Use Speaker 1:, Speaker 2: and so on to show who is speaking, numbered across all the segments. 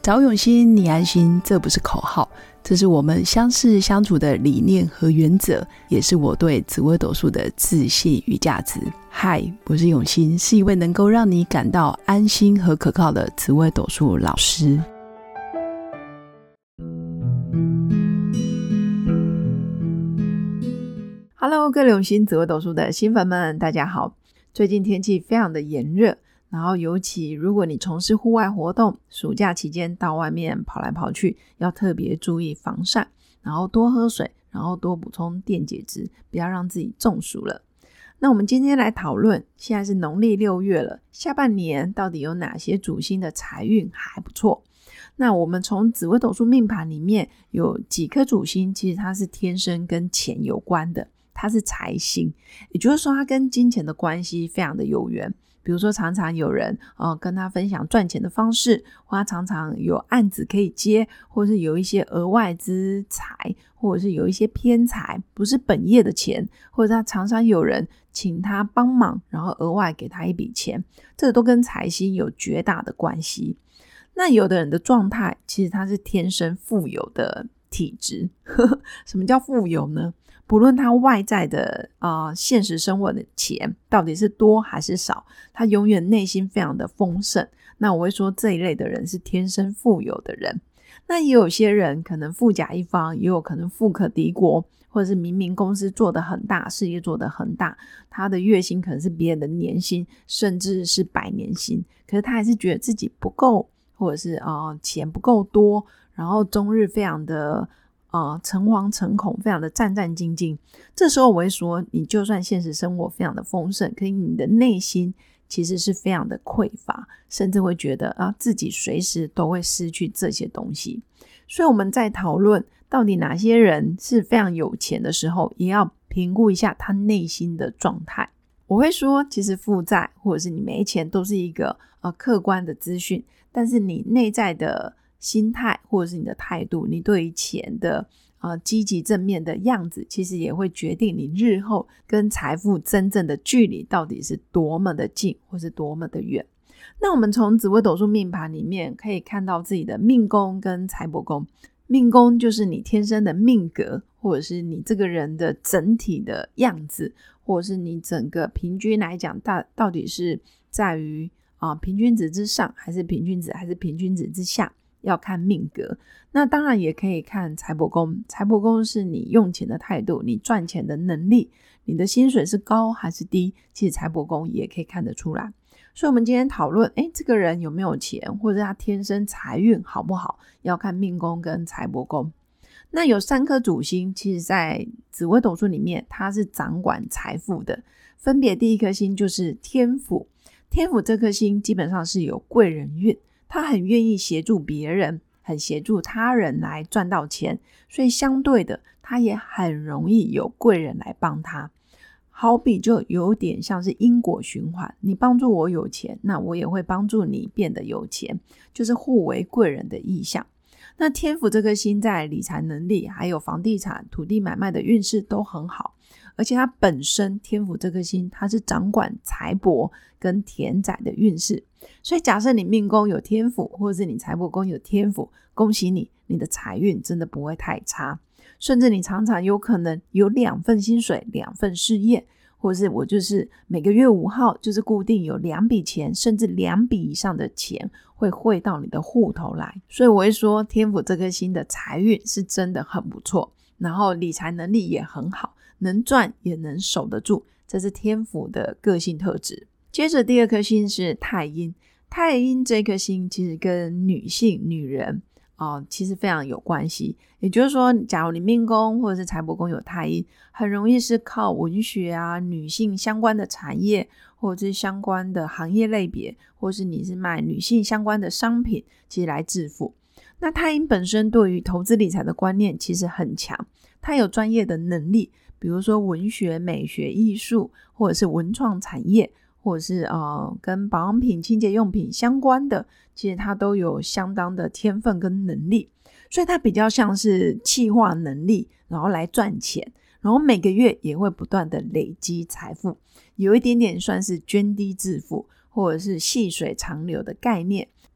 Speaker 1: 找永新，你安心，这不是口号，这是我们相识相处的理念和原则，也是我对紫微斗数的自信与价值。嗨，我是永新，是一位能够让你感到安心和可靠的紫微斗数老师。Hello， 各位永新紫微斗数的新粉们，大家好。最近天气非常的炎热，然后尤其如果你从事户外活动，暑假期间到外面跑来跑去，要特别注意防晒，然后多喝水，然后多补充电解质，不要让自己中暑了。那我们今天来讨论，现在是农历6月了，下半年到底有哪些主星的财运还不错。那我们从紫微斗数命盘里面有几颗主星，其实它是天生跟钱有关的，它是财星，也就是说它跟金钱的关系非常的有缘。比如说常常有人跟他分享赚钱的方式，或他常常有案子可以接，或是有一些额外之财，或者是有一些偏财，不是本业的钱，或者他常常有人请他帮忙，然后额外给他一笔钱，这个都跟财星有绝大的关系。那有的人的状态其实他是天生富有的体质什么叫富有呢？不论他外在的现实生活的钱到底是多还是少，他永远内心非常的丰盛。那我会说这一类的人是天生富有的人。那也有些人可能富甲一方，也有可能富可敌国，或者是明明公司做得很大，事业做得很大，他的月薪可能是别人的年薪，甚至是百年薪，可是他还是觉得自己不够，或者是钱不够多，然后终日非常的诚惶诚恐，非常的战战兢兢。这时候我会说，你就算现实生活非常的丰盛，可是你的内心其实是非常的匮乏，甚至会觉得自己随时都会失去这些东西。所以我们在讨论到底哪些人是非常有钱的时候，也要评估一下他内心的状态。我会说，其实负债或者是你没钱都是一个客观的资讯，但是你内在的心态或者是你的态度，你对于钱的积极正面的样子，其实也会决定你日后跟财富真正的距离到底是多么的近或是多么的远。那我们从紫微斗数命盘里面可以看到自己的命宫跟财帛宫。命宫就是你天生的命格，或者是你这个人的整体的样子，或者是你整个平均来讲到底是在于平均值之上，还是平均值，还是平均值之下，要看命格。那当然也可以看财帛宫，财帛宫是你用钱的态度，你赚钱的能力，你的薪水是高还是低，其实财帛宫也可以看得出来。所以我们今天讨论这个人有没有钱，或者他天生财运好不好，要看命宫跟财帛宫。那有3颗主星，其实在紫微斗数里面它是掌管财富的，分别第一颗星就是天府。天府这颗星基本上是有贵人运，他很愿意协助别人，很协助他人来赚到钱，所以相对的他也很容易有贵人来帮他。好比就有点像是因果循环，你帮助我有钱，那我也会帮助你变得有钱，就是互为贵人的意象。那天府这颗星在理财能力还有房地产土地买卖的运势都很好，而且它本身天府这颗星它是掌管财帛跟田宅的运势，所以假设你命宫有天府，或者是你财帛宫有天府，恭喜你，你的财运真的不会太差，甚至你常常有可能有2份薪水2份事业，或者是我就是每个月5号就是固定有2笔钱，甚至2笔以上的钱会汇到你的户头来。所以我会说天府这颗星的财运是真的很不错，然后理财能力也很好，能赚也能守得住，这是天府的个性特质。接着第2颗星是太阴。太阴这颗星其实跟女性女人其实非常有关系。也就是说，假如你命宫或者是财帛宫有太阴，很容易是靠文学女性相关的产业，或者是相关的行业类别，或是你是卖女性相关的商品，其实来致富。那太阴本身对于投资理财的观念其实很强，他有专业的能力，比如说文学、美学、艺术，或者是文创产业，或者是跟保养品、清洁用品相关的，其实他都有相当的天分跟能力，所以他比较像是企划能力，然后来赚钱，然后每个月也会不断的累积财富，有一点点算是涓滴致富，或者是细水长流的概念。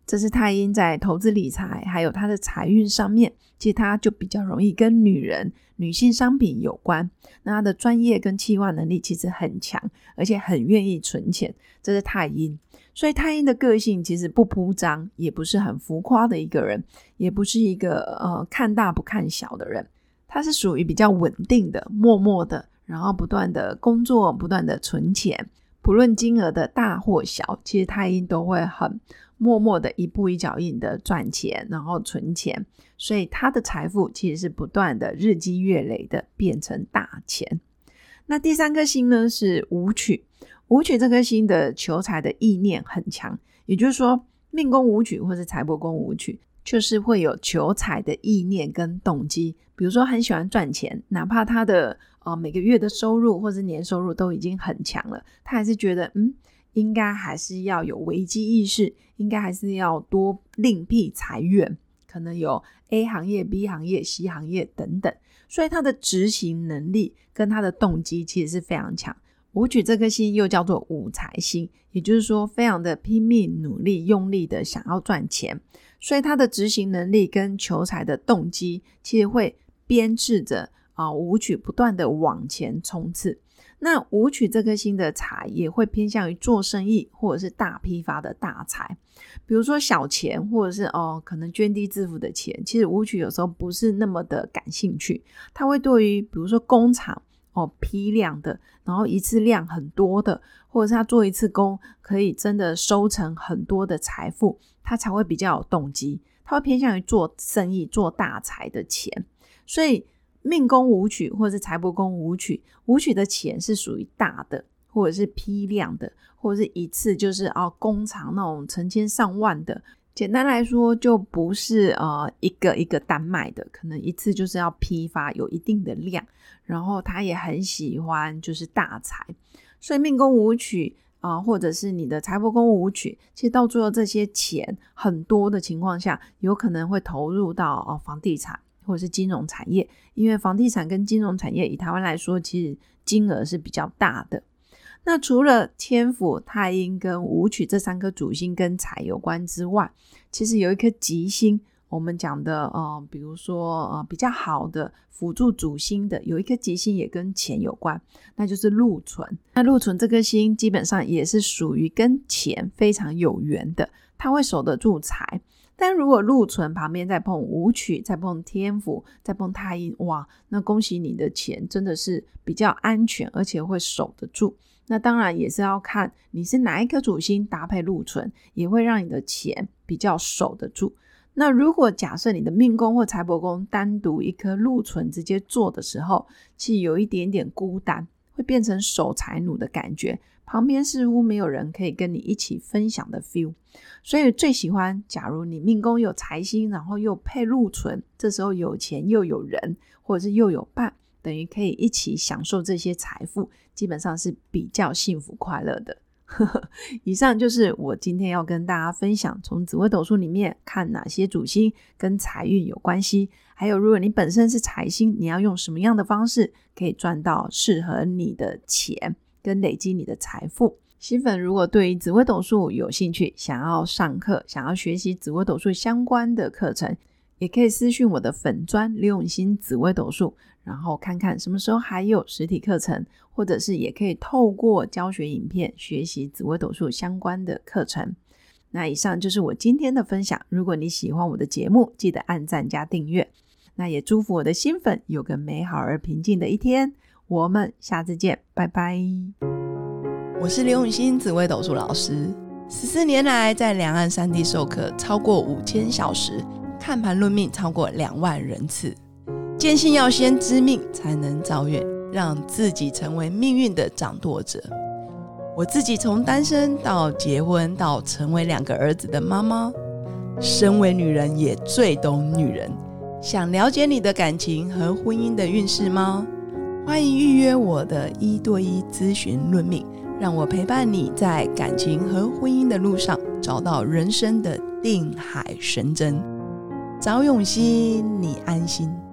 Speaker 1: 这是太阴在投资理财还有他的财运上面，其实他就比较容易跟女性商品有关。那他的专业跟企划能力其实很强，而且很愿意存钱，这是太阴。所以太阴的个性其实不铺张，也不是很浮夸的一个人，也不是一个看大不看小的人，他是属于比较稳定的，默默的，然后不断的工作，不断的存钱，不论金额的大或小，其实太阴都会很默默的一步一脚印的赚钱，然后存钱，所以他的财富其实是不断的日积月累的变成大钱。那第三颗星呢是武曲，武曲这颗星的求财的意念很强，也就是说命宫武曲或是财帛宫武曲就是会有求财的意念跟动机，比如说很喜欢赚钱，哪怕他的每个月的收入或是年收入都已经很强了，他还是觉得应该还是要有危机意识，应该还是要多另辟财源，可能有 A 行业 B 行业 C 行业等等，所以他的执行能力跟他的动机其实是非常强。武曲这颗星又叫做武财星，也就是说非常的拼命努力用力的想要赚钱，所以他的执行能力跟求财的动机其实会编制着武曲不断的往前冲刺。那武曲这颗星的财也会偏向于做生意或者是大批发的大财，比如说小钱或者是可能捐地致富的钱，其实武曲有时候不是那么的感兴趣，他会对于比如说工厂批量的，然后一次量很多的，或者是他做一次工可以真的收成很多的财富，他才会比较有动机，他会偏向于做生意做大财的钱。所以命宫武曲或者是财帛宫武曲，武曲的钱是属于大的，或者是批量的，或者是一次就是工厂那种成千上万的，简单来说就不是一个一个单卖的，可能一次就是要批发有一定的量，然后他也很喜欢就是大财。所以命宫武曲或者是你的财帛宫武曲，其实到最后这些钱很多的情况下，有可能会投入到房地产或者是金融产业，因为房地产跟金融产业以台湾来说其实金额是比较大的。那除了天府、太阴跟武曲这三颗主星跟财有关之外，其实有一颗吉星，我们讲的比如说比较好的辅助主星的有一颗吉星也跟钱有关，那就是禄存。那禄存这颗星基本上也是属于跟钱非常有缘的，它会守得住财。但如果禄存旁边再碰武曲，再碰天府，再碰太阴，哇，那恭喜你的钱真的是比较安全，而且会守得住。那当然也是要看你是哪一颗主星搭配禄存，也会让你的钱比较守得住。那如果假设你的命宫或财帛宫单独一颗禄存直接做的时候，其实有一点点孤单，会变成守财奴的感觉，旁边似乎没有人可以跟你一起分享的 feel。 所以最喜欢假如你命宫有财星，然后又配禄存，这时候有钱又有人，或者是又有伴，等于可以一起享受这些财富，基本上是比较幸福快乐的。以上就是我今天要跟大家分享从紫微斗数里面看哪些主星跟财运有关系，还有如果你本身是财星，你要用什么样的方式可以赚到适合你的钱跟累积你的财富。新粉如果对于紫微斗数有兴趣，想要上课，想要学习紫微斗数相关的课程，也可以私讯我的粉专刘永新紫微斗数，然后看看什么时候还有实体课程，或者是也可以透过教学影片学习紫微斗数相关的课程。那以上就是我今天的分享，如果你喜欢我的节目，记得按赞加订阅。那也祝福我的新粉有个美好而平静的一天，我们下次见，拜拜。我是刘永新紫微斗数老师，14年来在两岸3地授课超过5000小时，看盘论命超过2万人次，坚信要先知命才能造运，让自己成为命运的掌舵者。我自己从单身到结婚到成为2个儿子的妈妈，身为女人也最懂女人。想了解你的感情和婚姻的运势吗？欢迎预约我的1对1咨询论命，让我陪伴你在感情和婚姻的路上找到人生的定海神针。找永熙，你安心。